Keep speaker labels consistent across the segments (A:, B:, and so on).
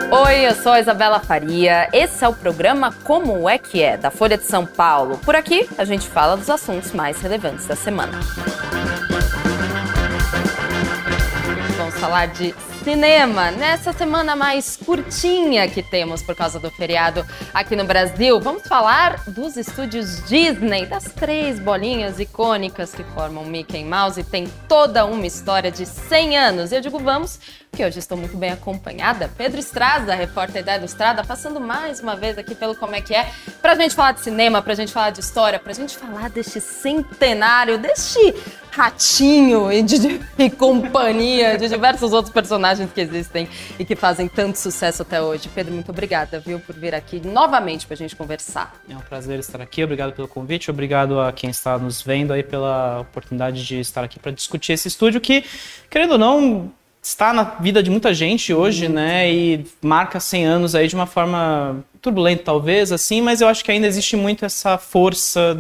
A: Oi, eu sou a Isabela Faria. Esse é o programa Como é que é, da Folha de São Paulo. Por aqui, a gente fala dos assuntos mais relevantes da semana. Vamos falar de cinema. Nessa semana mais curtinha que temos por causa do feriado aqui no Brasil, vamos falar dos estúdios Disney, das 3 bolinhas icônicas que formam Mickey Mouse e tem toda uma história de 100 anos. Eu digo vamos, porque hoje estou muito bem acompanhada. Pedro Estraza, repórter da Ilustrada, passando mais uma vez aqui pelo Como é que é, pra gente falar de cinema, pra gente falar de história, pra gente falar deste centenário, deste Ratinho e companhia de diversos outros personagens que existem e que fazem tanto sucesso até hoje. Pedro, muito obrigada, viu, por vir aqui novamente pra gente conversar.
B: É um prazer estar aqui, obrigado pelo convite, obrigado a quem está nos vendo aí pela oportunidade de estar aqui para discutir esse estúdio que, querendo ou não, está na vida de muita gente hoje, né, e marca 100 anos aí de uma forma turbulenta talvez, assim, mas eu acho que ainda existe muito essa força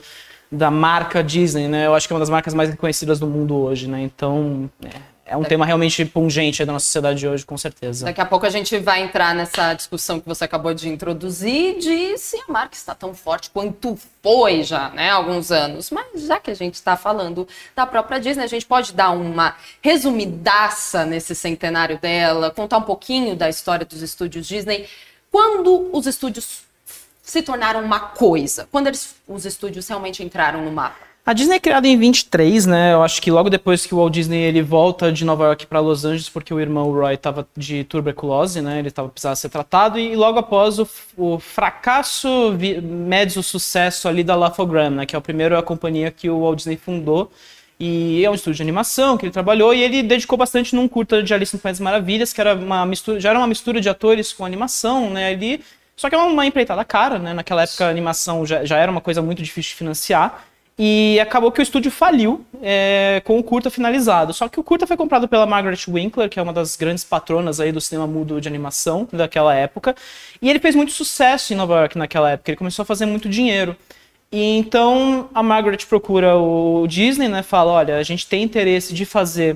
B: da marca Disney, né, eu acho que é uma das marcas mais reconhecidas do mundo hoje, né, então é um tema realmente pungente da nossa sociedade de hoje, com certeza.
A: Daqui a pouco a gente vai entrar nessa discussão que você acabou de introduzir de se a marca está tão forte quanto foi já, né, há alguns anos. Mas já que a gente está falando da própria Disney, a gente pode dar uma resumidaça nesse centenário dela, contar um pouquinho da história dos estúdios Disney. Quando os estúdios se tornaram uma coisa? Quando os estúdios realmente entraram no mapa?
B: A Disney é criada em 23, né? Eu acho que logo depois que o Walt Disney ele volta de Nova York para Los Angeles, porque o irmão Roy estava de tuberculose, né? Ele precisava ser tratado, e logo após o fracasso mede o sucesso ali da La-4-Gram, né? Que é a companhia que o Walt Disney fundou. E é um estúdio de animação que ele trabalhou, e ele dedicou bastante num curta de Alice no País das Maravilhas, que era já era uma mistura de atores com animação, né? Só que é uma empreitada cara, né? Naquela época a animação já era uma coisa muito difícil de financiar. E acabou que o estúdio faliu com o curta finalizado. Só que o curta foi comprado pela Margaret Winkler, que é uma das grandes patronas aí do cinema mudo de animação daquela época. E ele fez muito sucesso em Nova York naquela época. Ele começou a fazer muito dinheiro. E então a Margaret procura o Disney, né? Fala, olha, a gente tem interesse de fazer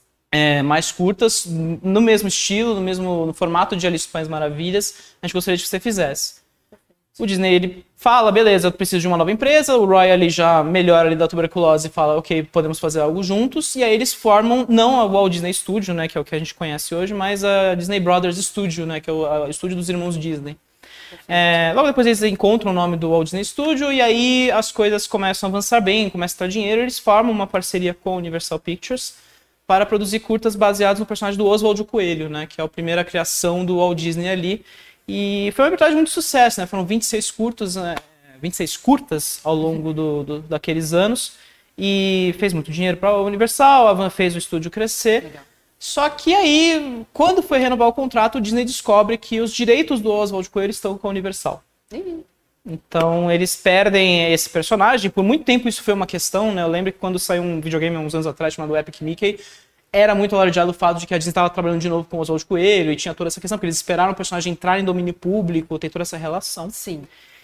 B: mais curtas, no mesmo estilo, no formato de Alice no País das Maravilhas. A gente gostaria de que você fizesse. O Disney, ele fala, beleza, eu preciso de uma nova empresa, o Roy ali já melhora ali da tuberculose e fala, ok, podemos fazer algo juntos, e aí eles formam, não a Walt Disney Studio, né, que é o que a gente conhece hoje, mas a Disney Brothers Studio, né, que é o estúdio dos irmãos Disney. Logo depois eles encontram o nome do Walt Disney Studio, e aí as coisas começam a avançar bem, começam a entrar dinheiro, eles formam uma parceria com a Universal Pictures para produzir curtas baseados no personagem do Oswald o Coelho, né, que é a primeira criação do Walt Disney ali. E foi uma verdade muito sucesso, né? Foram 26 curtas ao longo daqueles anos. E fez muito dinheiro para a Universal, a Van fez o estúdio crescer. Legal. Só que aí, quando foi renovar o contrato, o Disney descobre que os direitos do Oswald Coelho estão com a Universal. Então eles perdem esse personagem. Por muito tempo isso foi uma questão, né? Eu lembro que quando saiu um videogame há uns anos atrás chamado Epic Mickey, era muito alardeado o fato de que a Disney estava trabalhando de novo com o Oswald Coelho e tinha toda essa questão, porque eles esperaram o personagem entrar em domínio público, tem toda essa relação.
A: Sim.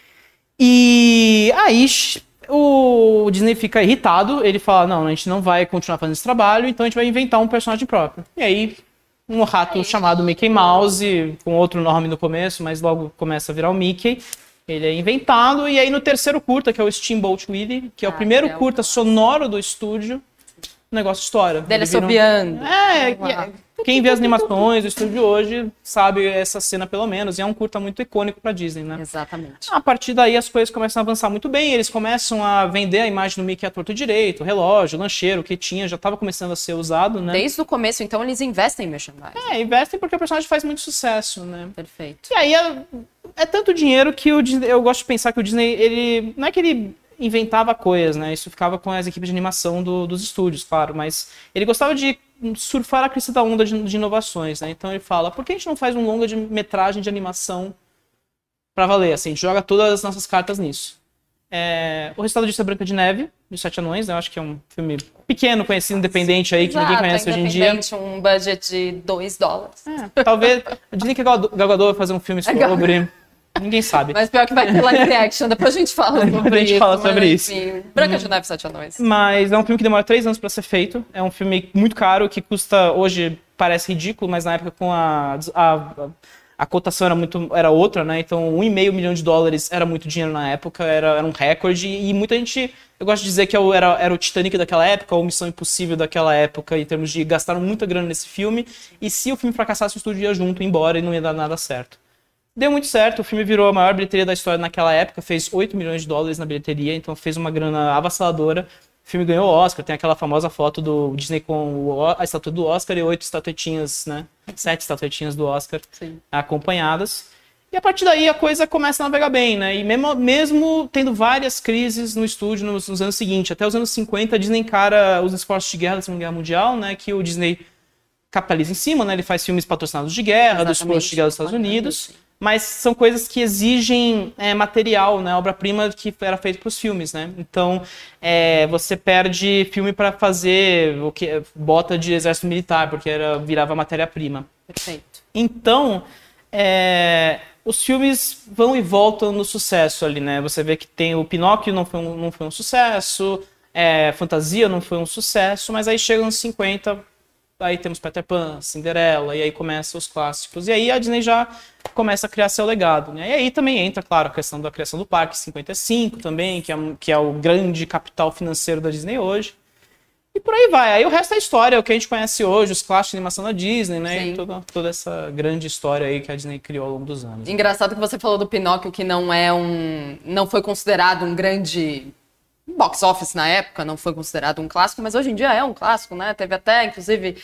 B: E aí o Disney fica irritado, ele fala, não, a gente não vai continuar fazendo esse trabalho, então a gente vai inventar um personagem próprio. E aí um rato chamado Mickey Mouse, com outro nome no começo, mas logo começa a virar o Mickey. Ele é inventado, e aí no terceiro curta, que é o Steamboat Willie, que é o primeiro curta sonoro do estúdio, o negócio estoura.
A: Dele assobiando.
B: Quem vê as animações do estúdio hoje sabe essa cena pelo menos, e é um curta muito icônico pra Disney, né?
A: Exatamente.
B: A partir daí as coisas começam a avançar muito bem, eles começam a vender a imagem do Mickey à torto direito, relógio, lancheiro, que tinha, já estava começando a ser usado, né?
A: Desde o começo, então, eles investem em merchandising.
B: Investem porque o personagem faz muito sucesso, né?
A: Perfeito.
B: E aí é tanto dinheiro que eu gosto de pensar que o Disney, ele não é que ele inventava coisas, né? Isso ficava com as equipes de animação dos estúdios, claro, mas ele gostava de surfar a crista da onda de inovações, né? Então ele fala, por que a gente não faz um longa de metragem de animação pra valer? Assim, a gente joga todas as nossas cartas nisso. O Resultado disso é Branca de Neve, dos Sete Anões, né? Eu acho que é um filme pequeno, conhecido, independente aí, que ninguém conhece hoje em dia.
A: Um budget de $2.
B: Talvez, dizem que a Gal Gadot vai fazer um filme sobre... Ninguém sabe.
A: Mas pior que vai ter live action, depois a gente fala sobre isso. Branca de Neve, Sete Anões.
B: Mas é um filme que demora 3 anos pra ser feito. É um filme muito caro, que custa, hoje parece ridículo, mas na época com a cotação era outra, né? Então, $1,5 milhão era muito dinheiro na época, era um recorde. E muita gente, eu gosto de dizer que era o Titanic daquela época, ou Missão Impossível daquela época, em termos de gastaram muita grana nesse filme. E se o filme fracassasse, o estúdio ia junto, embora, e não ia dar nada certo. Deu muito certo, o filme virou a maior bilheteria da história naquela época, fez $8 milhões na bilheteria, então fez uma grana avassaladora. O filme ganhou o Oscar, tem aquela famosa foto do Disney com a estátua do Oscar e 8 estatuetinhas, né? 7 estatuetinhas do Oscar acompanhadas. E a partir daí a coisa começa a navegar bem, né? E mesmo tendo várias crises no estúdio nos anos seguintes, até os anos 50, a Disney encara os esforços de guerra da Segunda Guerra Mundial, né? Que o Disney capitaliza em cima, né? Ele faz filmes patrocinados de guerra, dos esforços de guerra dos Estados Unidos. Mas são coisas que exigem material, né? Obra-prima que era feito para os filmes, né? Então, você perde filme para fazer o que bota de exército militar, porque virava matéria-prima.
A: Perfeito.
B: Então, os filmes vão e voltam no sucesso ali, né? Você vê que tem o Pinóquio não foi um sucesso, Fantasia não foi um sucesso, mas aí chega nos 50, aí temos Peter Pan, Cinderela, e aí começam os clássicos. E aí a Disney já começa a criar seu legado, né? E aí também entra, claro, a questão da criação do Parque 55 também, que é o grande capital financeiro da Disney hoje. E por aí vai. Aí o resto é história, o que a gente conhece hoje, os clássicos de animação da Disney, né? E toda essa grande história aí que a Disney criou ao longo dos anos.
A: Engraçado que você falou do Pinóquio, que não foi considerado um grande box office na época, não foi considerado um clássico, mas hoje em dia é um clássico, né? Teve até, inclusive,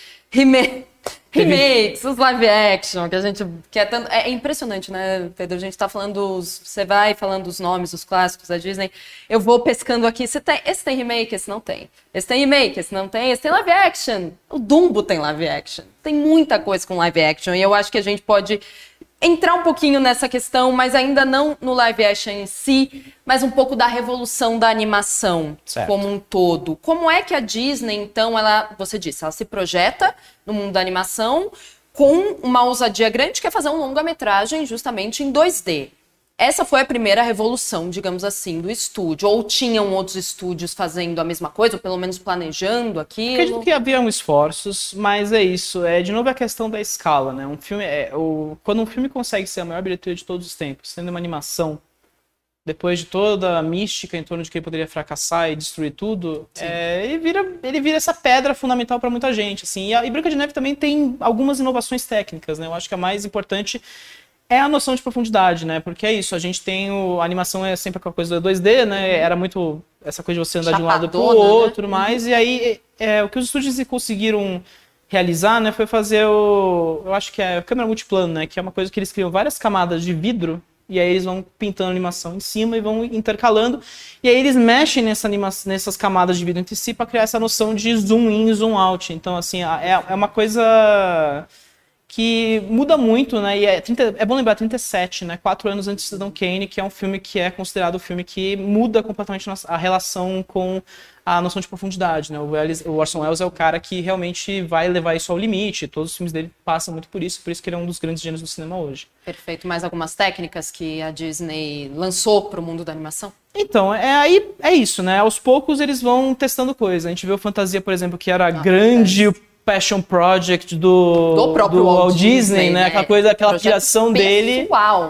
A: remakes, os live action, que é tanto... É impressionante, né, Pedro? A gente tá falando você vai falando dos nomes, dos clássicos da Disney, eu vou pescando aqui, esse tem remake, esse não tem. Esse tem remake, esse não tem. Esse tem live action. O Dumbo tem live action. Tem muita coisa com live action, e eu acho que a gente pode entrar um pouquinho nessa questão, mas ainda não no live action em si, mas um pouco da revolução da animação como um todo. Como é que a Disney, então, você disse, ela se projeta no mundo da animação com uma ousadia grande, que é fazer um longa-metragem justamente em 2D. Essa foi a primeira revolução, digamos assim, do estúdio. Ou tinham outros estúdios fazendo a mesma coisa, ou pelo menos planejando aquilo?
B: Acredito que haviam esforços, mas é isso. De novo a questão da escala, né? Quando um filme consegue ser a maior bilheteria de todos os tempos, sendo uma animação, depois de toda a mística em torno de que ele poderia fracassar e destruir tudo, ele vira essa pedra fundamental para muita gente. Assim. E Branca de Neve também tem algumas inovações técnicas, né? Eu acho que a mais importante é a noção de profundidade, né? Porque é isso, a gente tem a animação é sempre aquela coisa do 2D, né? Era muito essa coisa de você andar de um lado pro outro, né? Mas e aí o que os estúdios conseguiram realizar, né, foi fazer eu acho que é a câmera multiplano, né? Que é uma coisa que eles criam várias camadas de vidro e aí eles vão pintando a animação em cima e vão intercalando. E aí eles mexem nessas camadas de vidro entre si para criar essa noção de zoom in, zoom out. Então, assim, é uma coisa que muda muito, né? E é bom lembrar, 37, né? 4 anos antes de Cidadão Kane, que é um filme que é considerado um filme que muda completamente a relação com a noção de profundidade, né? O Orson Welles é o cara que realmente vai levar isso ao limite. Todos os filmes dele passam muito por isso que ele é um dos grandes gênios do cinema hoje.
A: Perfeito. Mais algumas técnicas que a Disney lançou para o mundo da animação?
B: Então, é isso, né? Aos poucos eles vão testando coisas. A gente vê o Fantasia, por exemplo, que era grande passion project do próprio Walt Disney, né? Aquela criação dele.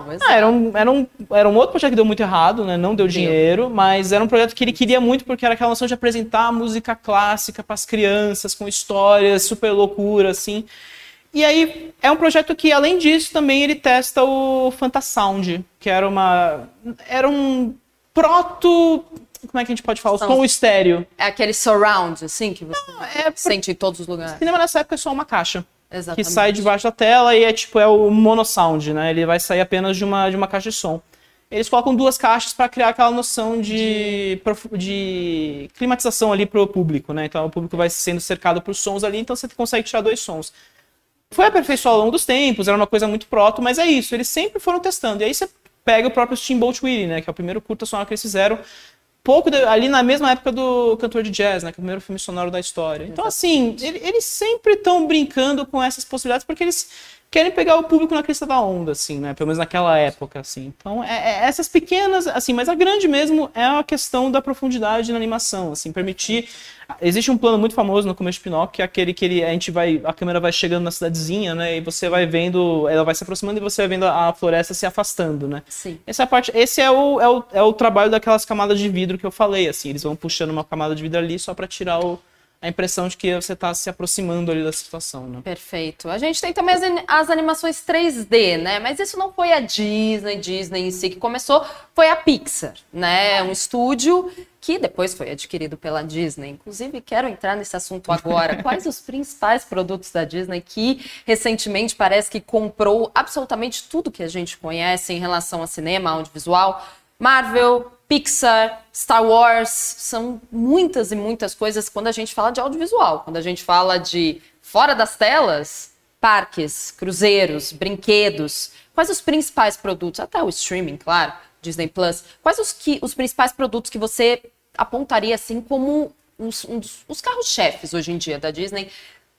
B: Era um outro projeto que deu muito errado, né? Não deu dinheiro, mas era um projeto que ele queria muito porque era aquela noção de apresentar a música clássica para as crianças, com histórias super loucura, assim. E aí é um projeto que, além disso, também ele testa o Fantasound, que era um proto... Como é que a gente pode falar? O som estéreo.
A: É aquele surround, assim, que você sente em todos os lugares.
B: O cinema nessa época é só uma caixa.
A: Exatamente.
B: Que sai debaixo da tela e é o monosound, né? Ele vai sair apenas de uma caixa de som. Eles colocam 2 caixas para criar aquela noção de climatização ali pro público, né? Então o público vai sendo cercado por sons ali, então você consegue tirar 2 sons. Foi aperfeiçoado ao longo dos tempos, era uma coisa muito proto, mas é isso, eles sempre foram testando. E aí você pega o próprio Steamboat Willie, né? Que é o primeiro curta sonoro que eles fizeram, ali na mesma época do Cantor de Jazz, né, que é o primeiro filme sonoro da história. Então, assim, eles sempre estão brincando com essas possibilidades, porque eles querem pegar o público na crista da onda, assim, né? Pelo menos naquela época, assim. Então, essas pequenas, assim, mas a grande mesmo é a questão da profundidade na animação, assim, permitir... Existe um plano muito famoso no começo de Pinóquio, que é aquele que a câmera vai chegando na cidadezinha, né? E você vai vendo, ela vai se aproximando e você vai vendo a floresta se afastando, né?
A: Sim.
B: Esse é o trabalho daquelas camadas de vidro que eu falei, assim. Eles vão puxando uma camada de vidro ali só para tirar a impressão de que você está se aproximando ali da situação, né?
A: Perfeito. A gente tem também as animações 3D, né? Mas isso não foi a Disney em si que começou, foi a Pixar, né? Um estúdio que depois foi adquirido pela Disney. Inclusive, quero entrar nesse assunto agora. Quais os principais produtos da Disney que recentemente parece que comprou absolutamente tudo que a gente conhece em relação a cinema, audiovisual? Marvel, Pixar, Star Wars, são muitas e muitas coisas quando a gente fala de audiovisual. Quando a gente fala de fora das telas, parques, cruzeiros, brinquedos. Quais os principais produtos? Até o streaming, claro, Disney Plus. Quais os principais produtos que você apontaria assim como os carros-chefes hoje em dia da Disney,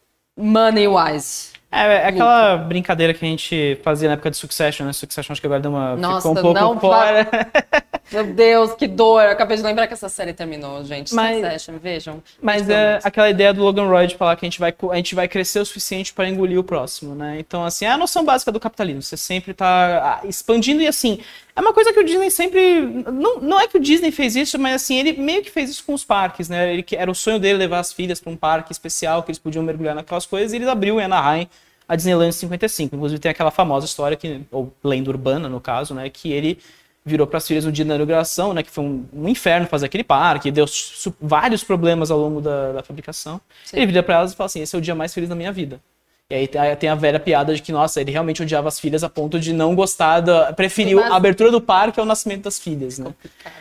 A: money-wise?
B: É aquela brincadeira que a gente fazia na época de Succession, né? Succession acho que agora ficou um pouco
A: não
B: fora.
A: Meu Deus, que dor. Eu acabei de lembrar que essa série terminou, gente. Succession, vejam.
B: Mas é aquela ideia do Logan Roy de falar que a gente vai crescer o suficiente para engolir o próximo, né? Então, assim, é a noção básica do capitalismo. Você sempre tá expandindo e, assim, é uma coisa que o Disney sempre... Não é que o Disney fez isso, mas, assim, ele meio que fez isso com os parques, né? Era o sonho dele levar as filhas para um parque especial, que eles podiam mergulhar naquelas coisas, e ele abriu em Anaheim a Disneyland 55. Inclusive, tem aquela famosa história, ou lenda urbana, no caso, né? Que ele virou para as filhas no dia da inauguração, né? Que foi um inferno fazer aquele parque, deu vários problemas ao longo da fabricação. Sim. Ele vira para elas e fala assim, esse é o dia mais feliz da minha vida. E aí tem a velha piada de que, nossa, ele realmente odiava as filhas a ponto de não gostar preferiu a abertura do parque ao nascimento das filhas, né?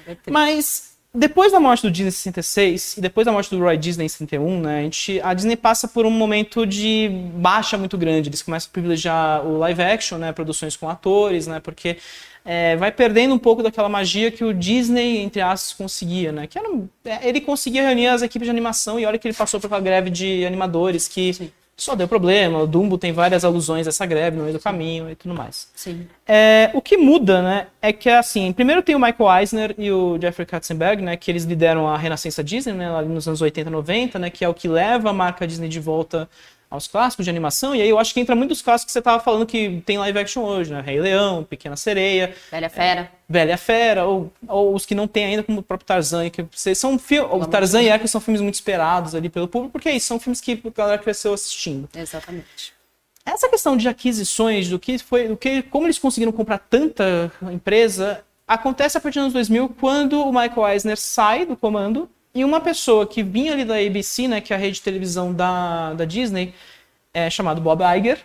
B: Mas depois da morte do Disney em 66 e depois da morte do Roy Disney em 71, né, a Disney passa por um momento de baixa muito grande. Eles começam a privilegiar o live action, né, produções com atores, né, porque vai perdendo um pouco daquela magia que o Disney, entre aspas, conseguia, né? Ele conseguia reunir as equipes de animação e olha que ele passou por uma greve de animadores que... Sim. Só deu problema, o Dumbo tem várias alusões a essa greve no meio do caminho e tudo mais.
A: Sim.
B: O que muda, né, é que, assim, primeiro tem o Michael Eisner e o Jeffrey Katzenberg, né, que eles lideram a Renascença Disney, né, lá nos anos 80 e 90, né, que é o que leva a marca Disney de volta aos clássicos de animação, e aí eu acho que entra muito dos clássicos que você estava falando que tem live action hoje, né, Rei Leão, Pequena Sereia...
A: Velha Fera.
B: Velha Fera, ou os que não tem ainda, como o próprio Tarzan, que são o Tarzan e Hércules são filmes muito esperados ali pelo público, porque é isso, são filmes que a galera cresceu assistindo.
A: Exatamente.
B: Essa questão de aquisições, como eles conseguiram comprar tanta empresa, acontece a partir dos anos 2000, quando o Michael Eisner sai do comando, e uma pessoa que vinha ali da ABC, né, que é a rede de televisão da Disney, chamado Bob Iger,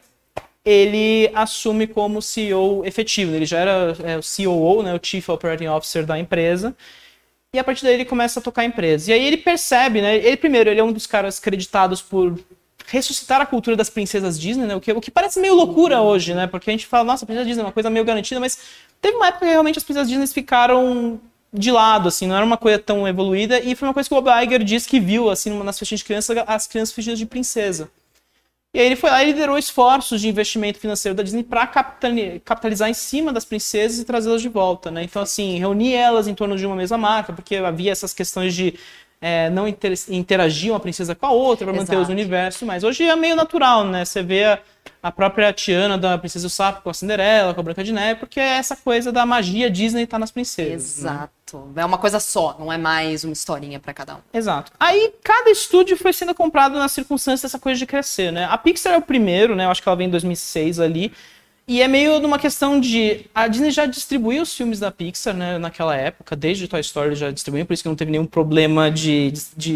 B: ele assume como CEO efetivo. Ele já era o COO, né, o Chief Operating Officer da empresa, e a partir daí ele começa a tocar a empresa. E aí ele percebe, né, ele é um dos caras creditados por ressuscitar a cultura das princesas Disney, né, o que parece meio loucura hoje, né, porque a gente fala, nossa, a princesa Disney é uma coisa meio garantida, mas teve uma época que realmente as princesas Disney ficaram de lado, assim, não era uma coisa tão evoluída, e foi uma coisa que o Bob Iger disse que viu, assim, nas festinhas de criança, as crianças vestidas de princesa. E aí ele foi lá e liderou esforços de investimento financeiro da Disney para capitalizar em cima das princesas e trazê-las de volta, né? Então, assim, reunir elas em torno de uma mesma marca, porque havia essas questões de não interagir uma princesa com a outra para manter os universos, mas hoje é meio natural, né? Você vê a própria Tiana da Princesa e o Sapo com a Cinderela, com a Branca de Neve, porque é essa coisa da magia Disney tá nas princesas.
A: Exato. Né? É uma coisa só, não é mais uma historinha para cada um.
B: Exato. Aí cada estúdio foi sendo comprado nas circunstâncias dessa coisa de crescer, né? A Pixar é o primeiro, né? Eu acho que ela veio em 2006 ali. E é meio numa questão de... A Disney já distribuiu os filmes da Pixar, né, naquela época, desde Toy Story já distribuiu, por isso que não teve nenhum problema de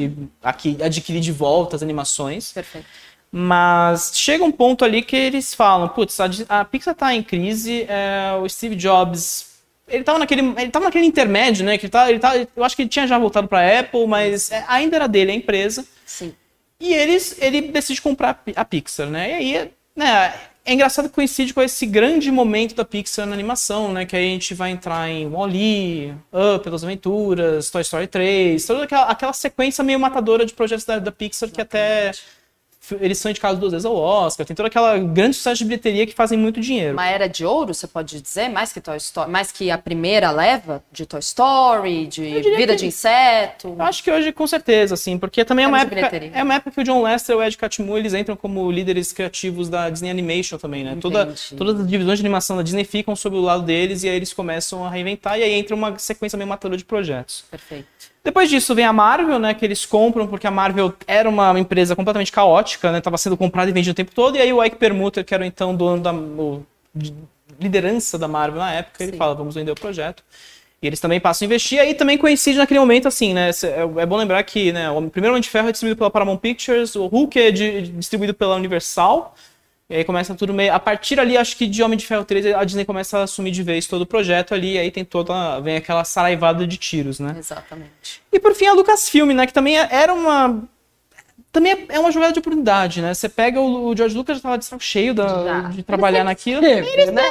B: adquirir de volta as animações.
A: Perfeito.
B: Mas chega um ponto ali que eles falam, putz, a Pixar tá em crise, o Steve Jobs, ele tava naquele intermédio, né, que eu acho que ele tinha já voltado pra Apple, mas ainda era dele a empresa.
A: Sim.
B: E ele decide comprar a Pixar, né, e aí, né... É engraçado que coincide com esse grande momento da Pixar na animação, né? Que aí a gente vai entrar em Wall-E, Up, Pelas Aventuras, Toy Story 3, toda aquela sequência meio matadora de projetos da Pixar que até eles são indicados 2 vezes ao Oscar, tem toda aquela grande sucesso de bilheteria que fazem muito dinheiro.
A: Uma era de ouro, você pode dizer, mais que Toy Story, mais que a primeira leva de Toy Story, de Vida de Inseto.
B: Eu acho que hoje, com certeza, assim, porque também é uma época que o John Lasseter e o Ed Catmull, eles entram como líderes criativos da Disney Animation também, né? Todas as divisões de animação da Disney ficam sob o lado deles e aí eles começam a reinventar e aí entra uma sequência meio matadora de projetos.
A: Perfeito.
B: Depois disso vem a Marvel, né, que eles compram porque a Marvel era uma empresa completamente caótica, né, tava sendo comprada e vendida o tempo todo, e aí o Ike Perlmutter, que era então dono da liderança da Marvel na época, ele fala, vamos vender o projeto. E eles também passam a investir, aí também coincide naquele momento, assim, né, é bom lembrar que, né, o primeiro Homem de Ferro é distribuído pela Paramount Pictures, o Hulk é distribuído pela Universal, e aí começa tudo meio... A partir ali, acho que de Homem de Ferro 3, a Disney começa a assumir de vez todo o projeto ali, e aí tem vem aquela saraivada de tiros, né?
A: Exatamente.
B: E por fim a Lucasfilm, né, que também era uma... Também é uma jogada de oportunidade, né? Você pega o George Lucas, já tava de saco cheio de trabalhar naquilo.
A: Né?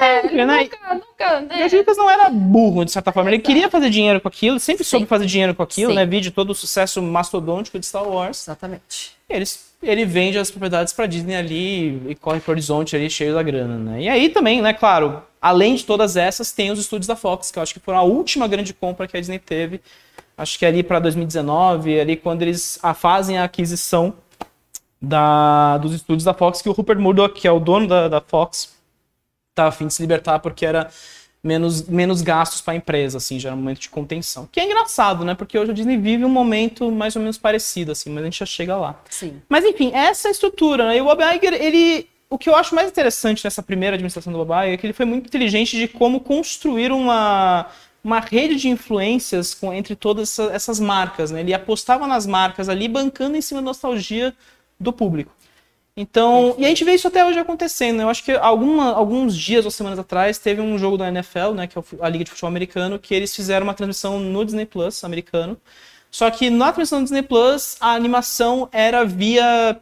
B: Nunca, né? O George Lucas não era burro, de certa forma. Ele queria fazer dinheiro com aquilo, sempre soube fazer dinheiro com aquilo, né? Vide todo o sucesso mastodôntico de Star Wars.
A: Exatamente.
B: Ele vende as propriedades pra Disney ali e corre pro horizonte ali cheio da grana, né? E aí também, né, claro, além de todas essas, tem os estúdios da Fox, que eu acho que foram a última grande compra que a Disney teve. Acho que ali para 2019, ali quando eles fazem a aquisição dos estúdios da Fox, que o Rupert Murdoch, que é o dono da Fox, tá a fim de se libertar porque era menos gastos para a empresa, assim, já era um momento de contenção. Que é engraçado, né? Porque hoje a Disney vive um momento mais ou menos parecido, assim, mas a gente já chega lá.
A: Sim.
B: Mas enfim, essa é a estrutura, né? E o Bob Iger, o que eu acho mais interessante nessa primeira administração do Bob Iger é que ele foi muito inteligente de como construir uma rede de influências entre todas essas marcas, né? Ele apostava nas marcas ali, bancando em cima da nostalgia do público. Então, e a gente vê isso até hoje acontecendo, né? Eu acho que alguns dias ou semanas atrás teve um jogo da NFL, né, que é a Liga de Futebol Americano, que eles fizeram uma transmissão no Disney Plus americano. Só que na transmissão do Disney Plus, a animação era via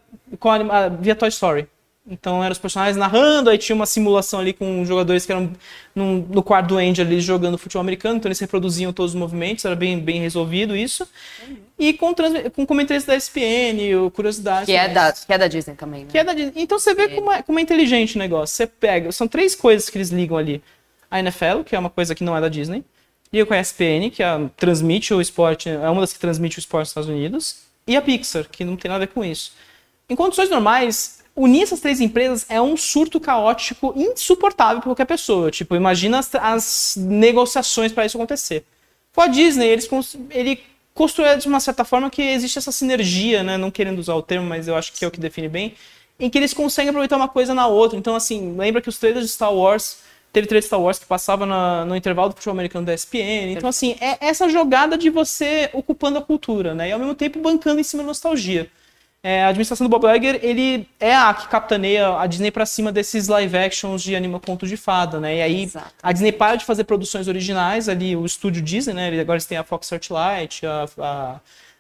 B: Toy Story. Então eram os personagens narrando, aí tinha uma simulação ali com jogadores que eram no quarto do Andy ali jogando futebol americano, então eles reproduziam todos os movimentos, era bem resolvido isso. E com comentários da ESPN, curiosidades.
A: Que é da Disney também, né?
B: Que é da Disney. Então você vê como é inteligente o negócio. Você pega, são 3 coisas que eles ligam ali. A NFL, que é uma coisa que não é da Disney, liga com a ESPN, que transmite o esporte, é uma das que transmite o esporte nos Estados Unidos, e a Pixar, que não tem nada a ver com isso. Em condições normais, unir essas 3 empresas é um surto caótico insuportável para qualquer pessoa. Tipo, imagina as negociações para isso acontecer. Com a Disney, ele construiu de uma certa forma que existe essa sinergia, né? Não querendo usar o termo, mas eu acho que é o que define bem, em que eles conseguem aproveitar uma coisa na outra. Então, assim, lembra que os trailers de Star Wars, teve trailer de Star Wars que passava no intervalo do futebol americano da ESPN. Então, assim, é essa jogada de você ocupando a cultura, né? E ao mesmo tempo bancando em cima da nostalgia. A administração do Bob Iger, ele é a que capitaneia a Disney pra cima desses live actions de conto de fada, né? E aí a Disney para de fazer produções originais ali, o estúdio Disney, né? Agora eles têm a Fox Searchlight, a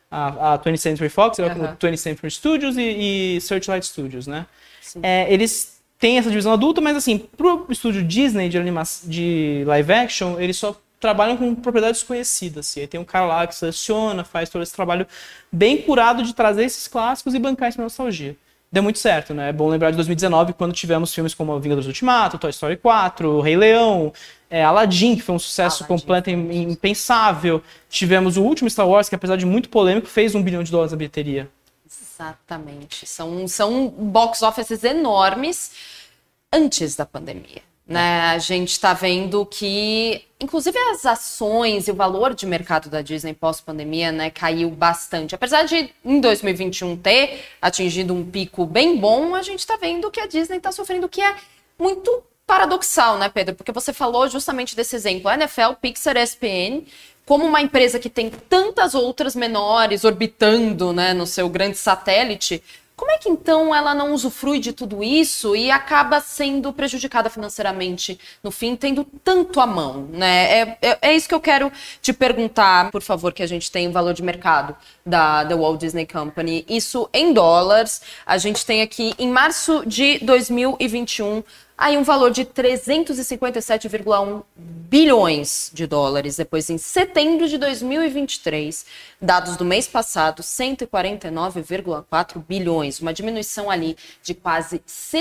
B: 20th Century Fox, 20th Century Studios e Searchlight Studios, né? Eles têm essa divisão adulta, mas assim, pro estúdio Disney de live action, eles só trabalham com propriedades desconhecidas. E aí tem um cara lá que seleciona, faz todo esse trabalho bem curado de trazer esses clássicos e bancar essa nostalgia. Deu muito certo, né? É bom lembrar de 2019, quando tivemos filmes como Vingadores Ultimato, Toy Story 4, Rei Leão, Aladdin, que foi um sucesso completo e impensável. Tivemos o último Star Wars, que apesar de muito polêmico, fez $1 bilhão na bilheteria.
A: Exatamente. São box offices enormes antes da pandemia. Né? A gente está vendo que, inclusive, as ações e o valor de mercado da Disney pós-pandemia, né, caiu bastante. Apesar de, em 2021, ter atingido um pico bem bom, a gente está vendo que a Disney está sofrendo, o que é muito paradoxal, né, Pedro? Porque você falou justamente desse exemplo. A NFL, Pixar, ESPN, como uma empresa que tem tantas outras menores orbitando, né, no seu grande satélite. Como é que, então, ela não usufrui de tudo isso e acaba sendo prejudicada financeiramente, no fim, tendo tanto à mão, né? É isso que eu quero te perguntar, por favor, que a gente tem o valor de mercado da Walt Disney Company. Isso em dólares. A gente tem aqui, em março de 2021, aí um valor de 357,1 bilhões de dólares. Depois, em setembro de 2023, dados do mês passado, 149,4 bilhões, uma diminuição ali de quase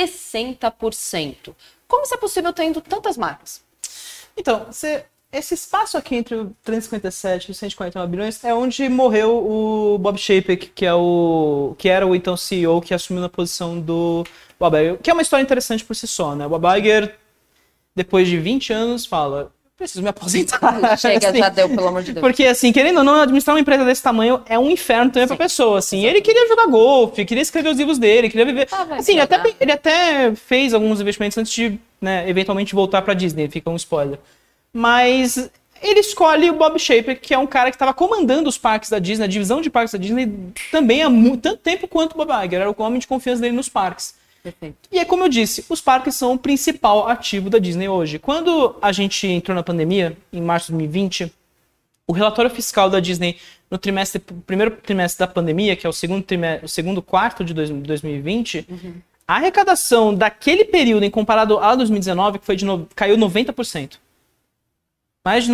A: 60%. Como isso é possível tendo tantas marcas?
B: Então, esse espaço aqui entre o 357 e 149 bilhões é onde morreu o Bob Chapek, que era o então CEO que assumiu na posição do Bob Iger, que é uma história interessante por si só, né? O Bob Iger, depois de 20 anos, fala: preciso me aposentar.
A: Chega, assim, já deu, pelo amor de Deus.
B: Porque, assim, querendo ou não, administrar uma empresa desse tamanho é um inferno também pra pessoa, assim. Exatamente. Ele queria jogar golfe, queria escrever os livros dele, queria viver... Assim, ele até fez alguns investimentos antes de, né, eventualmente voltar pra Disney, fica um spoiler. Mas ele escolhe o Bob Chapek, que é um cara que estava comandando os parques da Disney, a divisão de parques da Disney, também há tanto tempo quanto o Bob Iger, era o homem de confiança dele nos parques.
A: Perfeito.
B: E é como eu disse, os parques são o principal ativo da Disney hoje. Quando a gente entrou na pandemia, em março de 2020, o relatório fiscal da Disney no primeiro trimestre da pandemia, que é o segundo quarto de 2020, a arrecadação daquele período, em comparado a 2019, que caiu 90%. Mais de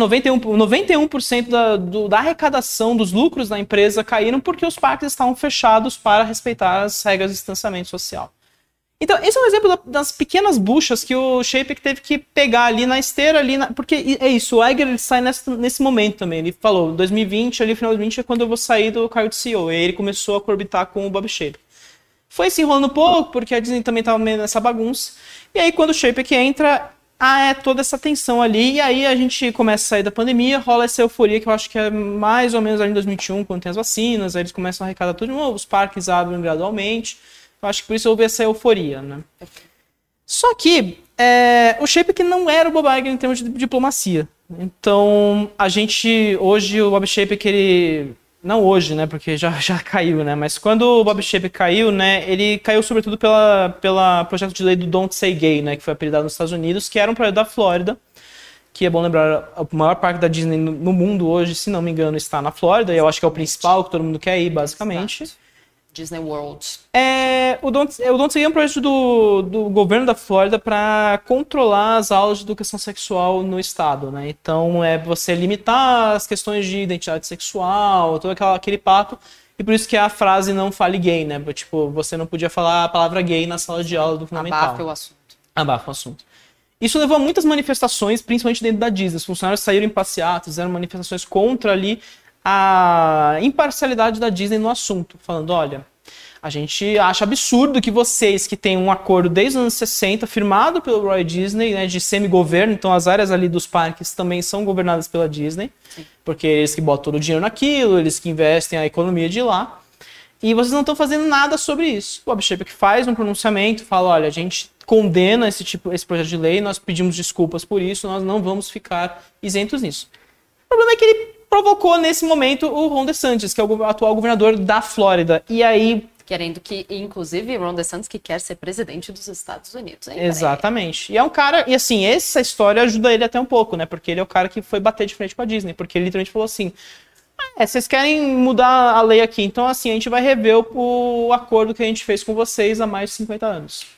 B: 91% da arrecadação dos lucros da empresa caíram porque os parques estavam fechados para respeitar as regras de distanciamento social. Então, esse é um exemplo das pequenas buchas que o Chapek teve que pegar ali na esteira, porque é isso, o Iger sai nesse momento também. Ele falou, 2020, ali final de 2020 é quando eu vou sair do cargo de CEO. E aí ele começou a orbitar com o Bob Chapek. Foi se enrolando um pouco, porque a Disney também estava meio nessa bagunça. E aí quando o Chapek entra, é toda essa tensão ali. E aí a gente começa a sair da pandemia, rola essa euforia que eu acho que é mais ou menos ali em 2021, quando tem as vacinas, aí eles começam a arrecadar tudo de novo, os parques abrem gradualmente. Eu acho que por isso houve essa euforia, né? Só que o Chapek não era o Bob Iger em termos de diplomacia. Então, hoje o Bob Chapek, ele... Não hoje, né? Porque já caiu, né? Mas quando o Bob Chapek caiu, né? Ele caiu sobretudo pela projeto de lei do Don't Say Gay, né? Que foi apelidado nos Estados Unidos, que era um projeto da Flórida, que é bom lembrar, o maior parque da Disney no mundo hoje, se não me engano, está na Flórida. E eu acho que é o principal, que todo mundo quer ir, basicamente.
A: Exato. Disney World.
B: O Don't Say é um projeto do governo da Flórida para controlar as aulas de educação sexual no estado, né? Então, você limitar as questões de identidade sexual, todo aquele papo, e por isso que a frase não fale gay, né? Tipo, você não podia falar a palavra gay na sala de aula do fundamental.
A: Abafa o assunto.
B: Abafa o assunto. Isso levou a muitas manifestações, principalmente dentro da Disney. Os funcionários saíram em passeatas, fizeram manifestações contra ali a imparcialidade da Disney no assunto, falando, olha, a gente acha absurdo que vocês, que têm um acordo desde os anos 60, firmado pelo Roy Disney, né, de semi-governo, então as áreas ali dos parques também são governadas pela Disney, sim, porque eles que botam todo o dinheiro naquilo, eles que investem a economia de lá, e vocês não estão fazendo nada sobre isso. O Bob Chapek faz um pronunciamento, fala, olha, a gente condena esse projeto de lei, nós pedimos desculpas por isso, nós não vamos ficar isentos nisso. O problema é que ele provocou nesse momento o Ron DeSantis, que é o atual governador da Flórida. E aí...
A: Querendo que, inclusive, Ron DeSantis que quer ser presidente dos Estados Unidos. Hein?
B: Exatamente. E é um cara... E assim, essa história ajuda ele até um pouco, né? Porque ele é o cara que foi bater de frente com a Disney. Porque ele literalmente falou assim, vocês querem mudar a lei aqui, então assim, a gente vai rever o acordo que a gente fez com vocês há mais de 50 anos.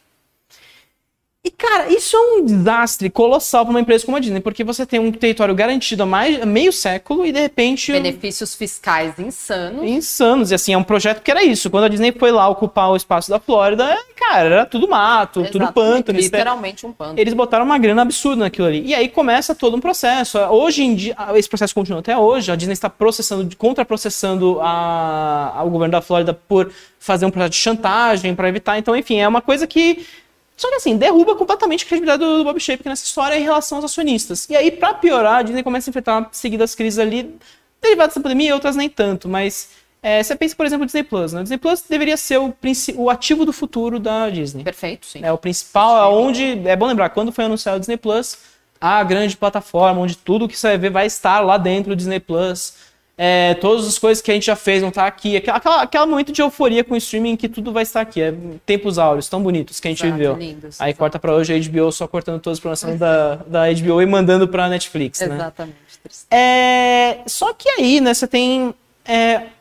B: E, cara, isso é um desastre colossal para uma empresa como a Disney, porque você tem um território garantido há meio século e, de repente...
A: Benefícios fiscais insanos.
B: Insanos. E, assim, é um projeto que era isso. Quando a Disney foi lá ocupar o espaço da Flórida, cara, era tudo mato, exatamente, tudo pântano.
A: Literalmente um pântano.
B: Eles botaram uma grana absurda naquilo ali. E aí começa todo um processo. Hoje em dia, esse processo continua até hoje. A Disney está contraprocessando o governo da Flórida por fazer um projeto de chantagem para evitar. Então, enfim, é uma coisa que... Só que assim, derruba completamente a credibilidade do Bob Chapek nessa história em relação aos acionistas. E aí, pra piorar, a Disney começa a enfrentar seguidas crises ali, derivadas da pandemia e outras nem tanto. Mas você pensa, por exemplo, no Disney Plus, né? O Disney Plus deveria ser o ativo do futuro da Disney.
A: Perfeito, sim.
B: O principal, onde... É bom lembrar, quando foi anunciado o Disney Plus, a grande plataforma, onde tudo que você vai ver vai estar lá dentro do Disney Plus. Todas as coisas que a gente já fez vão estar aqui. Aquele momento de euforia com o streaming que tudo vai estar aqui. Tempos áureos, tão bonitos que a gente viveu.
A: Lindos,
B: aí corta pra hoje a HBO só cortando todas as programações da HBO e mandando pra Netflix, né?
A: Exatamente.
B: Só que aí, né, você tem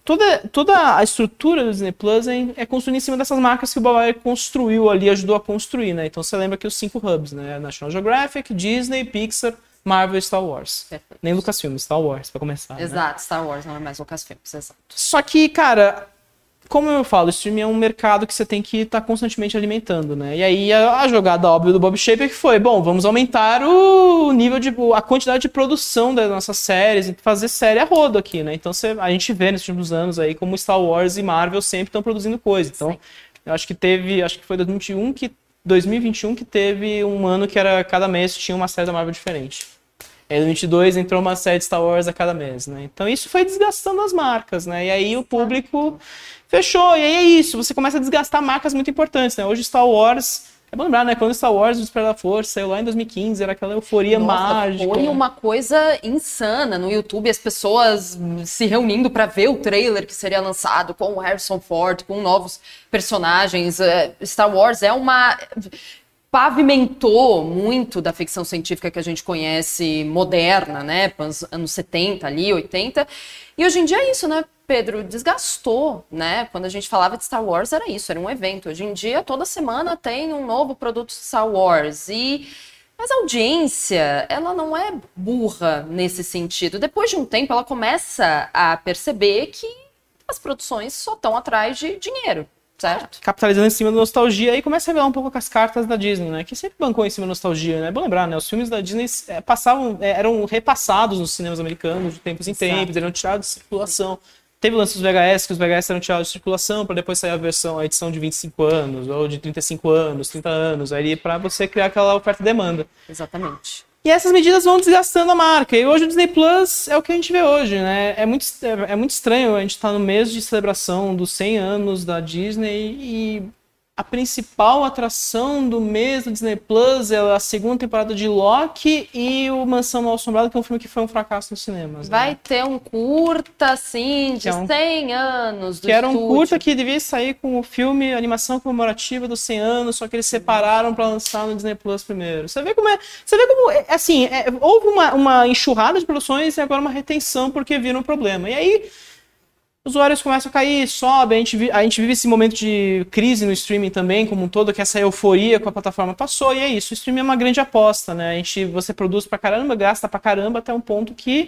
B: toda a estrutura do Disney Plus é construída em cima dessas marcas que o Bob Iger construiu ali, ajudou a construir, né? Então você lembra que os 5 hubs, né? National Geographic, Disney, Pixar, Marvel e Star Wars.
A: Perfeito.
B: Nem Lucasfilm, Star Wars, pra começar.
A: Exato,
B: né?
A: Star Wars não é mais Lucasfilm, exato.
B: Só que, cara, como eu falo, o streaming é um mercado que você tem que estar constantemente alimentando, né? E aí a jogada óbvia do Bob Chapek foi, bom, vamos aumentar o nível a quantidade de produção das nossas séries, fazer série a rodo aqui, né? Então a gente vê nesses últimos anos aí como Star Wars e Marvel sempre estão produzindo coisa. Então, sim, eu acho que foi 2021 que teve um ano que era cada mês tinha uma série da Marvel diferente. Em 2022 entrou uma série de Star Wars a cada mês, né? Então isso foi desgastando as marcas, né? E aí o público fechou. E aí é isso, você começa a desgastar marcas muito importantes, né? Hoje Star Wars, é bom lembrar, né? Quando Star Wars, o Despertar da Força, saiu lá em 2015, era aquela euforia mágica.
A: Foi uma coisa insana no YouTube, as pessoas se reunindo para ver o trailer que seria lançado com o Harrison Ford, com novos personagens. Star Wars pavimentou muito da ficção científica que a gente conhece moderna, né, anos 70 ali, 80, e hoje em dia é isso, né, Pedro, desgastou, né, quando a gente falava de Star Wars era isso, era um evento, hoje em dia toda semana tem um novo produto Star Wars, mas a audiência, ela não é burra nesse sentido, depois de um tempo ela começa a perceber que as produções só estão atrás de dinheiro. Certo.
B: Capitalizando em cima da nostalgia e começa a revelar um pouco com as cartas da Disney, né? Que sempre bancou em cima da nostalgia, né? É bom lembrar, né? Os filmes da Disney eram repassados nos cinemas americanos de tempos em tempos, eram tirados de circulação. Teve o lance dos VHS, que os VHS eram tirados de circulação para depois sair a edição de 25 anos, ou de 35 anos, 30 anos, aí para você criar aquela oferta e demanda.
A: Exatamente.
B: E essas medidas vão desgastando a marca. E hoje o Disney Plus é o que a gente vê hoje, né? É muito estranho a gente estar no mês de celebração dos 100 anos da Disney e a principal atração do mês do Disney Plus é a segunda temporada de Loki e o Mansão Mal Assombrada, que é um filme que foi um fracasso nos cinemas.
A: Vai
B: né?
A: ter um curta, assim, de 100 anos do
B: Que era um
A: estúdio.
B: curta que devia sair com o filme Animação Comemorativa dos 100 anos, só que eles separaram para lançar no Disney Plus primeiro. Você vê como houve uma enxurrada de produções e agora uma retenção porque viram um problema. E aí os usuários começam a cair, sobe, a gente vive esse momento de crise no streaming também, como um todo, que essa euforia com a plataforma passou, e é isso, o streaming é uma grande aposta, né? Você produz pra caramba, gasta pra caramba, até um ponto que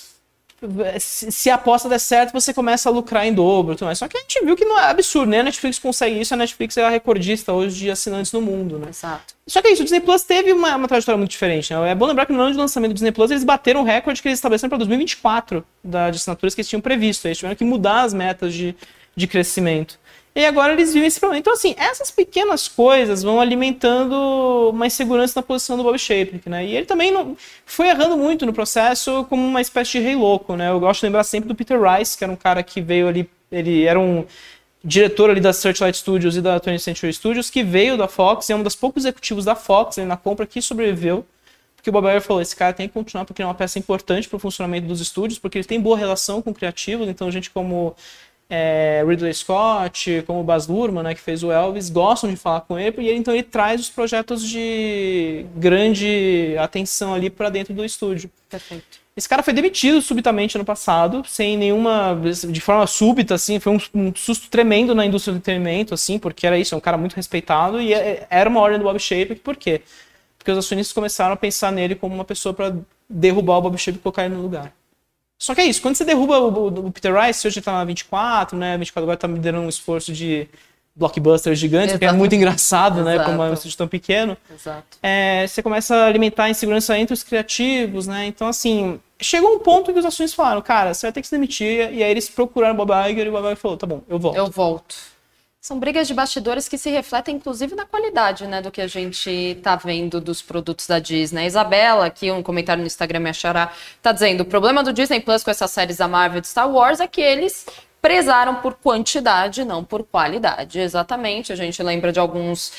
B: se a aposta der certo, você começa a lucrar em dobro. Tudo mais. Só que a gente viu que não é absurdo, né? A Netflix consegue isso, a Netflix é a recordista hoje de assinantes no mundo, né?
A: Exato.
B: Só que é isso, o Disney Plus teve uma trajetória muito diferente, né? É bom lembrar que no ano de lançamento do Disney Plus, eles bateram o recorde que eles estabeleceram para 2024 de assinaturas que eles tinham previsto. Eles tiveram que mudar as metas de crescimento. E agora eles vivem esse problema. Então, assim, essas pequenas coisas vão alimentando uma insegurança na posição do Bob Chapek, né? E ele também não foi errando muito no processo como uma espécie de rei louco, né? Eu gosto de lembrar sempre do Peter Rice, que era um cara que veio ali, ele era um diretor ali da Searchlight Studios e da 20th Century Studios, que veio da Fox, e é um dos poucos executivos da Fox ali na compra que sobreviveu, porque o Bob Iger falou, esse cara tem que continuar porque ele é uma peça importante para o funcionamento dos estúdios, porque ele tem boa relação com criativos, então gente como Ridley Scott, como o Baz Luhrmann, né, que fez o Elvis, gostam de falar com ele, e então ele traz os projetos de grande atenção ali para dentro do estúdio.
A: Perfeito.
B: Esse cara foi demitido subitamente ano passado, sem nenhuma, de forma súbita, assim, foi um susto tremendo na indústria do entretenimento, assim, porque era isso, é um cara muito respeitado, e era uma ordem do Bob Chapek, por quê? Porque os acionistas começaram a pensar nele como uma pessoa para derrubar o Bob Chapek e colocar ele no lugar. Só que é isso, quando você derruba o Peter Rice, hoje ele tá na 24, né, 24 agora tá me dando um esforço de blockbusters gigantes, que é muito engraçado, né, como é um estúdio tão pequeno.
A: Exato.
B: Você começa a alimentar a insegurança entre os criativos, né, então assim, chegou um ponto que os acionistas falaram, cara, você vai ter que se demitir, e aí eles procuraram o Bob Iger, e o Bob Iger falou, tá bom, eu volto.
A: Eu volto. São brigas de bastidores que se refletem, inclusive, na qualidade, né, do que a gente tá vendo dos produtos da Disney. A Isabela, aqui, um comentário no Instagram, me achará, tá dizendo, o problema do Disney Plus com essas séries da Marvel e de Star Wars é que eles prezaram por quantidade, não por qualidade. Exatamente, a gente lembra de alguns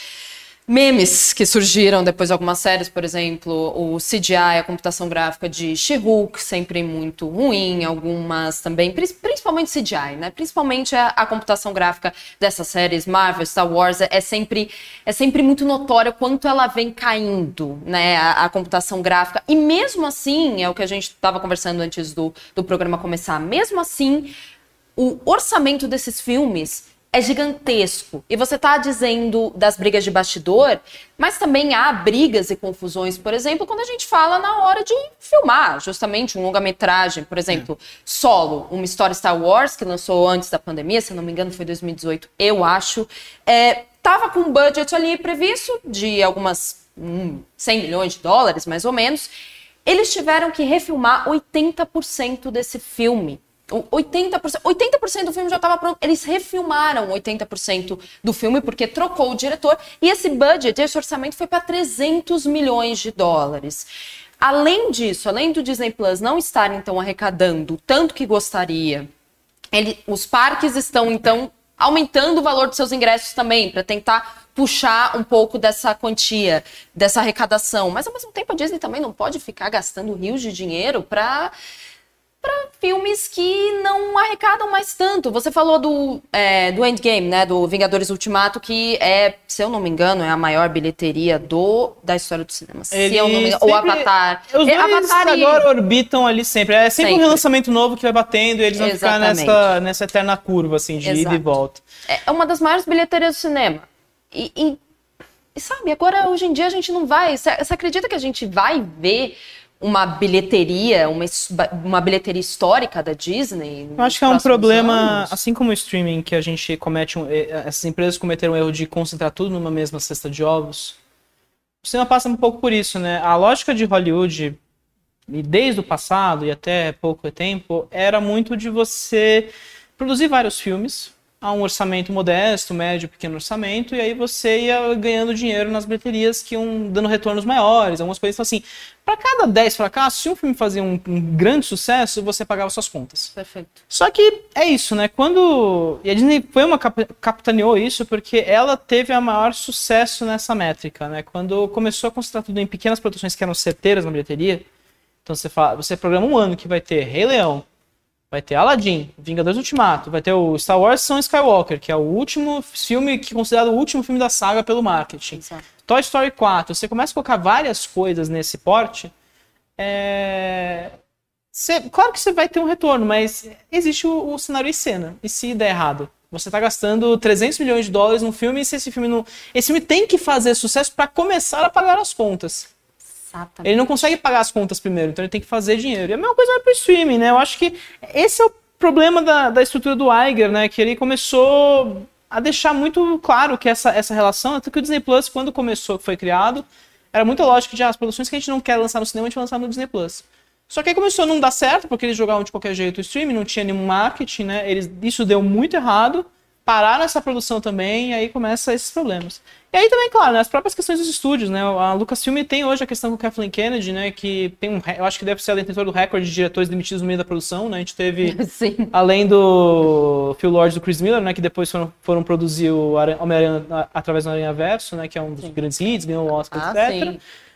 A: memes que surgiram depois de algumas séries, por exemplo, o CGI, a computação gráfica de She-Hulk, sempre muito ruim, algumas também, principalmente CGI, né? Principalmente a computação gráfica dessas séries, Marvel, Star Wars, é sempre muito notório quanto ela vem caindo, né? A computação gráfica. E mesmo assim, é o que a gente estava conversando antes do programa começar, mesmo assim, o orçamento desses filmes é gigantesco. E você tá dizendo das brigas de bastidor, mas também há brigas e confusões, por exemplo, quando a gente fala na hora de filmar, justamente um longa-metragem, por exemplo, Solo, uma história Star Wars, que lançou antes da pandemia, se não me engano foi 2018, eu acho, tava com um budget ali previsto de algumas 100 milhões de dólares, mais ou menos. Eles tiveram que refilmar 80% desse filme. 80% do filme já estava pronto. Eles refilmaram 80% do filme porque trocou o diretor. E esse budget, esse orçamento foi para 300 milhões de dólares. Além disso, além do Disney Plus não estar, então, arrecadando o tanto que gostaria, os parques estão, então, aumentando o valor dos seus ingressos também, para tentar puxar um pouco dessa quantia, dessa arrecadação. Mas, ao mesmo tempo, a Disney também não pode ficar gastando rios de dinheiro para filmes que não arrecadam mais tanto. Você falou do Endgame, né? Do Vingadores Ultimato, que se eu não me engano, é a maior bilheteria da história do cinema. Se eu não me engano. Ou Avatar.
B: Os dois
A: Avatar
B: agora orbitam ali sempre. É sempre um relançamento novo que vai batendo e eles vão ficar nessa eterna curva, assim, de ida e volta.
A: É uma das maiores bilheterias do cinema. E sabe, agora, hoje em dia, a gente não vai... Você acredita que a gente vai ver uma bilheteria, uma bilheteria histórica da Disney?
B: Eu acho que é um problema, assim como o streaming, que a gente comete, essas empresas cometeram o erro de concentrar tudo numa mesma cesta de ovos. O cinema passa um pouco por isso, né? A lógica de Hollywood, e desde o passado e até pouco tempo, era muito de você produzir vários filmes a um orçamento modesto, médio, pequeno orçamento, e aí você ia ganhando dinheiro nas bilheterias que iam dando retornos maiores, algumas coisas assim. Para cada 10 fracassos, se um filme fazia um grande sucesso, você pagava suas contas.
A: Perfeito.
B: Só que é isso, né? E a Disney capitaneou isso porque ela teve a maior sucesso nessa métrica, né? Quando começou a concentrar tudo em pequenas produções que eram certeiras na bilheteria, então você programa um ano que vai ter Rei Leão, vai ter Aladdin, Vingadores Ultimato, vai ter o Star Wars Son Skywalker, que é o último filme, que é considerado o último filme da saga pelo marketing. Exato. Toy Story 4, você começa a colocar várias coisas nesse porte, claro que você vai ter um retorno, mas existe o cenário e cena, e se der errado? Você está gastando 300 milhões de dólares num filme, e se esse filme não... Esse filme tem que fazer sucesso para começar a pagar as contas. Exatamente. Ele não consegue pagar as contas primeiro, então ele tem que fazer dinheiro. E a mesma coisa vai pro streaming, né? Eu acho que esse é o problema da estrutura do Iger, né? Que ele começou a deixar muito claro que essa relação, até que o Disney Plus, quando foi criado, era muito lógico de as produções que a gente não quer lançar no cinema, a gente vai lançar no Disney Plus. Só que aí começou a não dar certo, porque eles jogavam de qualquer jeito o streaming, não tinha nenhum marketing, né? Isso deu muito errado. Pararam essa produção também, e aí começam esses problemas. E aí também, claro, né, as próprias questões dos estúdios, né? A Lucasfilm tem hoje a questão com o Kathleen Kennedy, né? Que tem eu acho que deve ser a detentora do recorde de diretores demitidos no meio da produção, né? A gente teve, sim, além do Phil Lord e do Chris Miller, né? Que depois foram produzir o Homem-Aranha através do Aranhaverso, né? Que é um dos grandes hits, ganhou o Oscar, etc.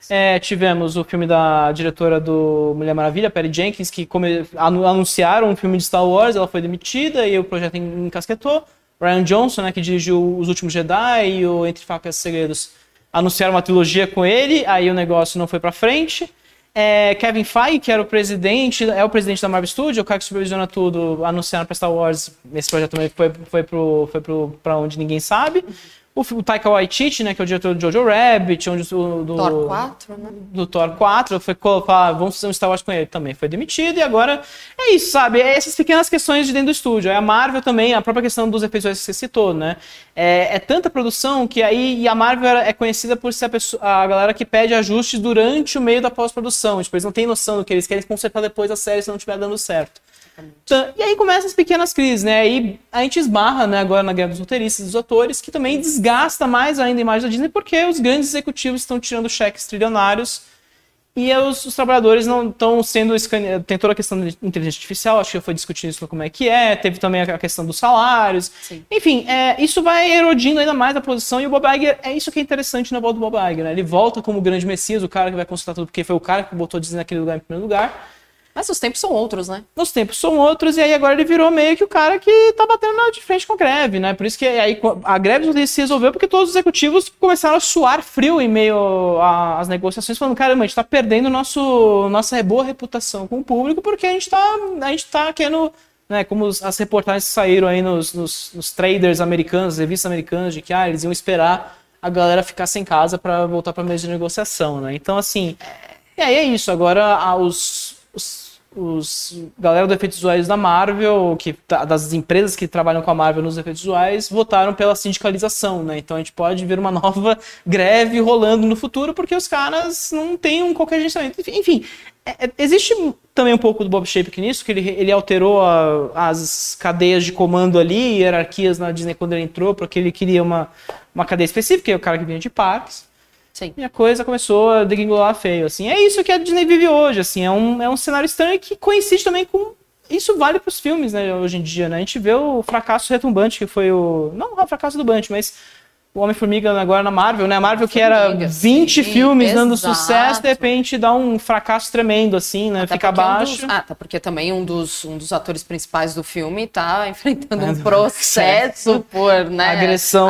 B: Tivemos o filme da diretora do Mulher Maravilha, Patty Jenkins, que anunciaram um filme de Star Wars, ela foi demitida e o projeto encasquetou. Rian Johnson, né, que dirigiu Os Últimos Jedi e o Entre Facas e Segredos, anunciaram uma trilogia com ele, aí o negócio não foi pra frente. Kevin Feige, que era o presidente da Marvel Studios, o cara que supervisiona tudo, anunciaram pra Star Wars, esse projeto também foi pra onde ninguém sabe. O Taika Waititi, né, que é o diretor do Jojo Rabbit, onde do
A: Thor 4, né?
B: Do Thor 4, foi colocar, vamos fazer um Star Wars com ele também, foi demitido, e agora é isso, sabe? Essas pequenas questões de dentro do estúdio. A Marvel também, a própria questão dos efeitos que você citou, né? É tanta produção que aí a Marvel é conhecida por ser a galera que pede ajustes durante o meio da pós-produção. Tipo, eles não têm noção do que eles querem consertar depois a série se não estiver dando certo. Então, e aí começam as pequenas crises, né? Aí a gente esbarra, né, agora na guerra dos roteiristas e dos atores, que também desgasta mais ainda a imagem da Disney, porque os grandes executivos estão tirando cheques trilionários e os trabalhadores não estão sendo escaneados. Tem toda a questão de inteligência artificial, acho que já foi discutido isso como é que teve também a questão dos salários. Sim. Enfim, isso vai erodindo ainda mais a posição, e o Bob Iger, é isso que é interessante na volta do Bob Iger, né? Ele volta como o grande messias, o cara que vai consultar tudo, porque foi o cara que botou a Disney naquele lugar em primeiro lugar.
A: Mas os tempos são outros, né?
B: Os tempos são outros, e aí agora ele virou meio que o cara que tá batendo de frente com a greve, né? Por isso que aí a greve se resolveu porque todos os executivos começaram a suar frio em meio às negociações, falando, caramba, a gente tá perdendo nossa boa reputação com o público porque a gente tá querendo né, como as reportagens saíram aí nos traders americanos, revistas americanas, de que eles iam esperar a galera ficar sem casa para voltar para a mesa de negociação, né? Então, assim, e aí é isso. Agora, os galera dos efeitos visuais da Marvel, das empresas que trabalham com a Marvel nos efeitos visuais, votaram pela sindicalização, né? Então a gente pode ver uma nova greve rolando no futuro, porque os caras não têm qualquer agenciamento. Enfim, existe também um pouco do Bob Chapek nisso, que ele alterou as cadeias de comando ali, hierarquias na Disney quando ele entrou, porque ele queria uma cadeia específica, que é o cara que vinha de parques.
A: Sim.
B: E a coisa começou a degringolar feio, assim. É isso que a Disney vive hoje, assim. É um cenário estranho que coincide também com... Isso vale para os filmes, né, hoje em dia, né? A gente vê o fracasso retumbante, que foi o... Não o fracasso do Bunch, mas o Homem-Formiga agora na Marvel, né? A Marvel que era 20 filmes dando sucesso, de repente dá um fracasso tremendo, assim, né? Fica abaixo.
A: Tá, porque também um dos atores principais do filme tá enfrentando um processo por, né?
B: Agressão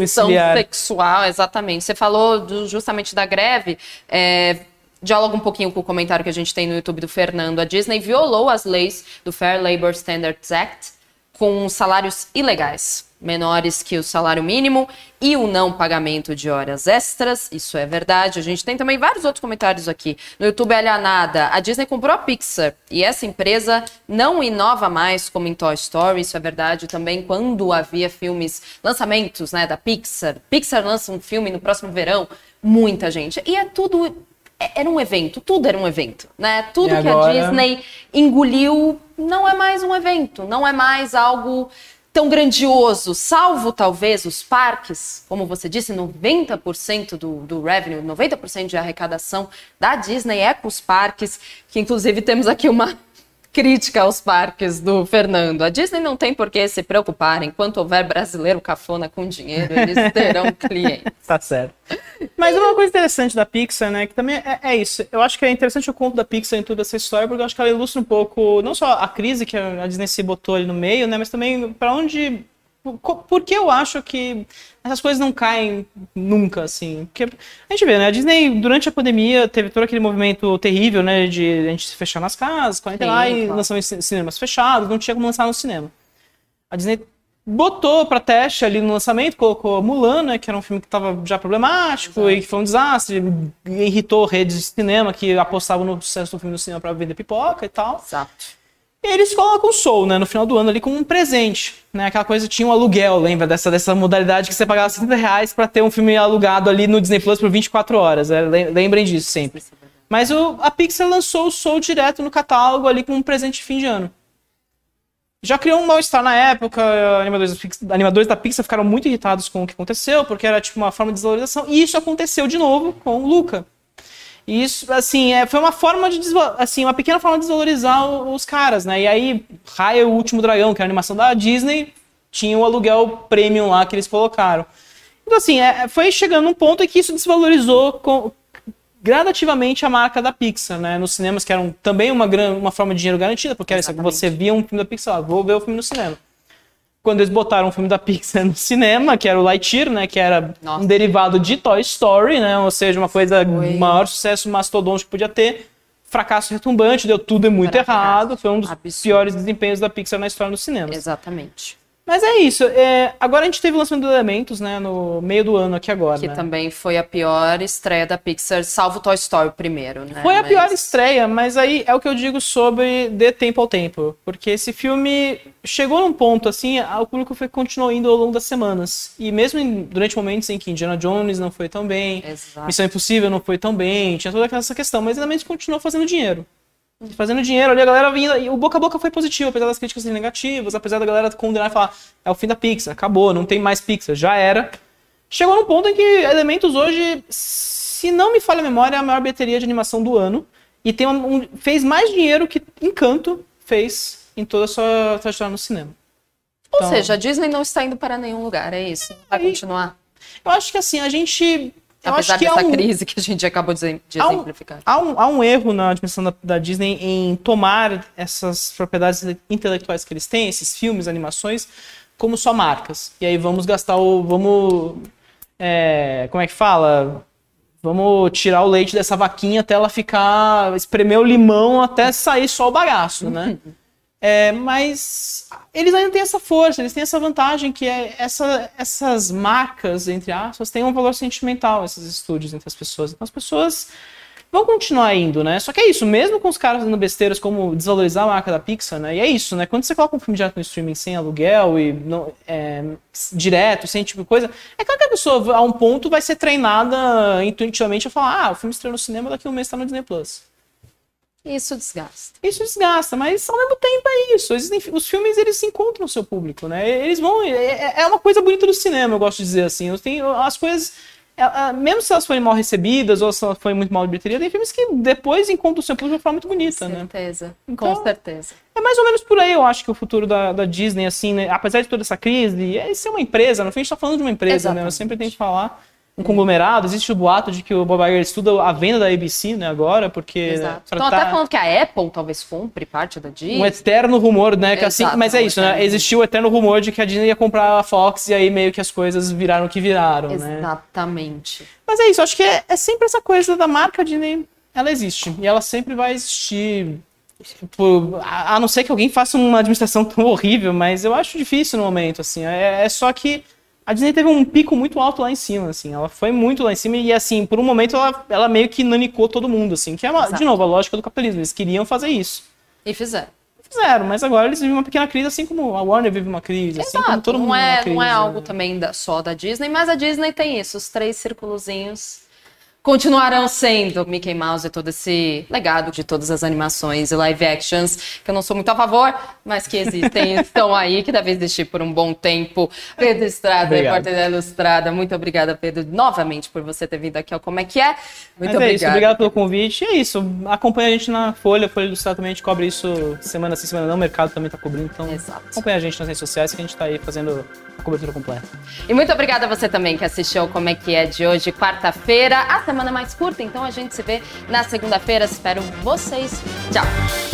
A: sexual, exatamente. Você falou justamente da greve, dialoga um pouquinho com o comentário que a gente tem no YouTube do Fernando. A Disney violou as leis do Fair Labor Standards Act com salários ilegais, menores que o salário mínimo e o não pagamento de horas extras. Isso é verdade. A gente tem também vários outros comentários aqui. No YouTube, Alianada, a Disney comprou a Pixar e essa empresa não inova mais como em Toy Story. Isso é verdade também quando havia lançamentos, né, da Pixar. Pixar lança um filme no próximo verão. Muita gente. E era um evento, tudo era um evento, né? Tudo que a Disney engoliu não é mais um evento, não é mais algo tão grandioso, salvo talvez os parques, como você disse, 90% do revenue, 90% de arrecadação da Disney é com os parques, que inclusive temos aqui uma crítica aos parques do Fernando. A Disney não tem por que se preocupar. Enquanto houver brasileiro cafona com dinheiro, eles terão clientes.
B: Tá certo. Mas uma coisa interessante da Pixar, né, que também é isso. Eu acho que é interessante o conto da Pixar em toda essa história, porque eu acho que ela ilustra um pouco, não só a crise que a Disney se botou ali no meio, né, mas também para onde... Porque eu acho que essas coisas não caem nunca, assim. Porque a gente vê, né? A Disney, durante a pandemia, teve todo aquele movimento terrível, né? De a gente se fechar nas casas, quarentena e lançar em cinemas fechados, não tinha como lançar no cinema. A Disney botou pra teste ali no lançamento, colocou Mulan, né? Que era um filme que tava já problemático. Exato. E que foi um desastre. Irritou redes de cinema que apostavam no sucesso do filme no cinema pra vender pipoca e tal.
A: Exato.
B: E eles colocam o Soul, né, no final do ano ali como um presente, né, aquela coisa, tinha um aluguel, lembra dessa modalidade que você pagava R$70 pra ter um filme alugado ali no Disney Plus por 24 horas, lembrem disso sempre. Mas a Pixar lançou o Soul direto no catálogo ali como um presente de fim de ano. Já criou um mal-estar na época, animadores da Pixar ficaram muito irritados com o que aconteceu, porque era tipo uma forma de desvalorização, e isso aconteceu de novo com o Luca. E isso, assim, foi uma forma uma pequena forma de desvalorizar os caras, né? E aí, Raya e o Último Dragão, que é a animação da Disney, tinha o aluguel premium lá que eles colocaram. Então, assim, foi chegando um ponto em que isso desvalorizou gradativamente a marca da Pixar, né? Nos cinemas, que eram também uma forma de dinheiro garantida, porque era isso, você via um filme da Pixar, vou ver o filme no cinema. Quando eles botaram um filme da Pixar no cinema, que era o Lightyear, né, que era um derivado de Toy Story, né, ou seja, uma coisa, maior sucesso mastodôntico que podia ter, fracasso retumbante, deu tudo muito errado, foi um dos piores desempenhos da Pixar na história dos cinemas.
A: Exatamente.
B: Mas é isso, agora a gente teve o lançamento do Elementos, né, no meio do ano aqui agora,
A: que
B: né?
A: também foi a pior estreia da Pixar, salvo Toy Story primeiro, né?
B: Foi a pior estreia, mas aí é o que eu digo sobre De Tempo ao Tempo, porque esse filme chegou num ponto, assim, o público continuou indo ao longo das semanas, e mesmo durante momentos em que Indiana Jones não foi tão bem,
A: Exato.
B: Missão Impossível não foi tão bem, tinha toda essa questão, mas Elementos continuou fazendo dinheiro. Fazendo dinheiro ali, a galera vinha. E o boca a boca foi positivo, apesar das críticas negativas, apesar da galera condenar e falar: é o fim da Pixar, acabou, não tem mais Pixar, já era. Chegou num ponto em que Elementos hoje, se não me falha a memória, é a maior bilheteria de animação do ano. E fez mais dinheiro que Encanto fez em toda a sua trajetória no cinema.
A: Ou seja, a Disney não está indo para nenhum lugar, é isso? Vai continuar?
B: Eu acho que assim, a gente.
A: Apesar dessa crise que a gente acabou de exemplificar.
B: Há um erro na administração da Disney em tomar essas propriedades intelectuais que eles têm, esses filmes, animações, como só marcas. E aí vamos gastar como é que fala? Vamos tirar o leite dessa vaquinha até ela espremer o limão até sair só o bagaço, né? Mas eles ainda têm essa força, eles têm essa vantagem que essas marcas, entre aspas, têm um valor sentimental, esses estúdios entre as pessoas. Então as pessoas vão continuar indo, né? Só que é isso, mesmo com os caras fazendo besteiras como desvalorizar a marca da Pixar, né? E é isso, né? Quando você coloca um filme direto no streaming sem aluguel e direto, sem tipo de coisa, é claro que a pessoa, a um ponto, vai ser treinada intuitivamente a falar: o filme estreou no cinema, daqui a um mês tá no Disney Plus.
A: Isso desgasta.
B: Isso desgasta, mas ao mesmo tempo é isso. Os filmes, eles se encontram no seu público, né? Eles vão... É uma coisa bonita do cinema, eu gosto de dizer assim. As coisas... Mesmo se elas forem mal recebidas ou se elas forem muito mal de bilheteria, tem filmes que depois encontram o seu público de uma forma muito bonita, né?
A: Com certeza,
B: então,
A: com certeza.
B: É mais ou menos por aí, eu acho, que o futuro da Disney, assim, né? Apesar de toda essa crise, é ser uma empresa. No fim, a gente tá falando de uma empresa, exatamente, né? Eu sempre tenho que falar... Um conglomerado, existe o boato de que o Bob Iger estuda a venda da ABC, né, agora, porque...
A: Exato. Estão até falando que a Apple talvez compre parte da Disney.
B: Um eterno rumor, né, que assim, mas é isso, né, existiu o eterno rumor de que a Disney ia comprar a Fox e aí meio que as coisas viraram o que viraram, né.
A: Exatamente.
B: Mas é isso, acho que é sempre essa coisa da marca Disney, ela existe, e ela sempre vai existir, a não ser que alguém faça uma administração tão horrível, mas eu acho difícil no momento, assim, é só que a Disney teve um pico muito alto lá em cima, assim, ela foi muito lá em cima e, assim, por um momento ela meio que nanicou todo mundo, assim, que é, de novo, a lógica do capitalismo, eles queriam fazer isso.
A: E fizeram.
B: Fizeram, mas agora eles vivem uma pequena crise, assim como a Warner vive uma crise,
A: exato,
B: assim como todo mundo vive uma crise.
A: Não é algo também só da Disney, mas a Disney tem isso, os 3 círculozinhos continuarão sendo Mickey Mouse e todo esse legado de todas as animações e live actions, que eu não sou muito a favor, mas que existem, estão aí, que devem existir por um bom tempo. Pedro Estrada, repórter da Ilustrada, muito obrigada, Pedro, novamente por você ter vindo aqui ao Como é que é. Muito obrigada.
B: Isso, obrigado pelo convite. E é isso, acompanha a gente na Folha Ilustrada também, a gente cobre isso semana sim, semana não, o mercado também tá cobrindo, então acompanha a gente nas redes sociais que a gente tá aí fazendo a cobertura completa.
A: E muito obrigada a você também que assistiu ao Como é que é de hoje, quarta-feira, a semana mais curta, então a gente se vê na segunda-feira. Espero vocês. Tchau!